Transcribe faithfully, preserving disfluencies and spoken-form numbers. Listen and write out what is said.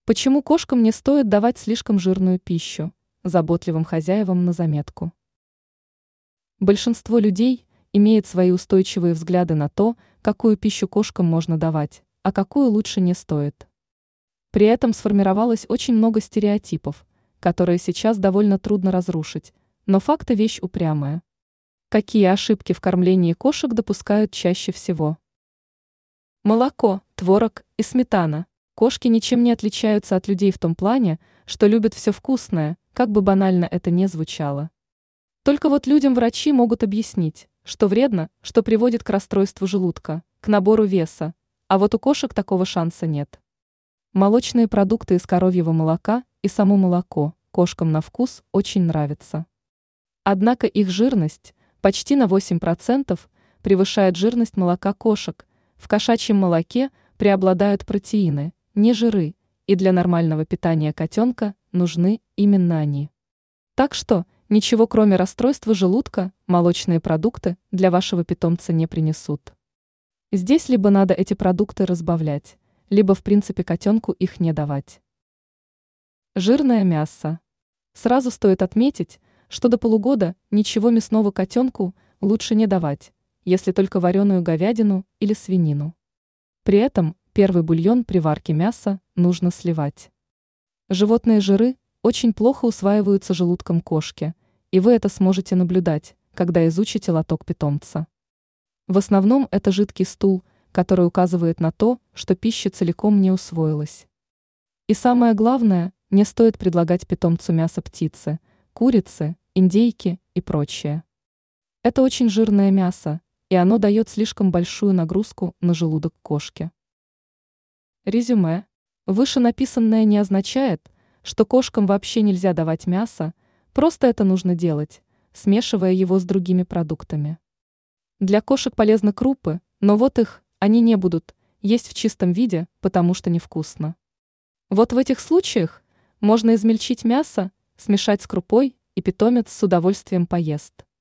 Почему кошкам не стоит давать слишком жирную пищу? Заботливым хозяевам на заметку. Большинство людей имеет свои устойчивые взгляды на то, какую пищу кошкам можно давать, а какую лучше не стоит. При этом сформировалось очень много стереотипов, которые сейчас довольно трудно разрушить, но факты вещь упрямая. Какие ошибки в кормлении кошек допускают чаще всего? Молоко, творог и сметана. Кошки ничем не отличаются от людей в том плане, что любят все вкусное, как бы банально это ни звучало. Только вот людям врачи могут объяснить, что вредно, что приводит к расстройству желудка, к набору веса, а вот у кошек такого шанса нет. Молочные продукты из коровьего молока и само молоко кошкам на вкус очень нравится. Однако их жирность почти на восемь процентов превышает жирность молока кошек. В кошачьем молоке преобладают протеины, не жиры, и для нормального питания котенка нужны именно они. Так что, ничего кроме расстройства желудка, молочные продукты для вашего питомца не принесут. Здесь либо надо эти продукты разбавлять, либо в принципе котенку их не давать. Жирное мясо. Сразу стоит отметить, что до полугода ничего мясного котенку лучше не давать, если только вареную говядину или свинину. При этом первый бульон при варке мяса нужно сливать. Животные жиры очень плохо усваиваются желудком кошки, и вы это сможете наблюдать, когда изучите лоток питомца. В основном это жидкий стул, который указывает на то, что пища целиком не усвоилась. И самое главное, не стоит предлагать питомцу мясо птицы, курицы, индейки и прочее. Это очень жирное мясо, и оно дает слишком большую нагрузку на желудок кошки. Резюме. Вышенаписанное не означает, что кошкам вообще нельзя давать мясо, просто это нужно делать, смешивая его с другими продуктами. Для кошек полезны крупы, но вот их они не будут есть в чистом виде, потому что невкусно. Вот в этих случаях можно измельчить мясо, смешать с крупой, и питомец с удовольствием поест.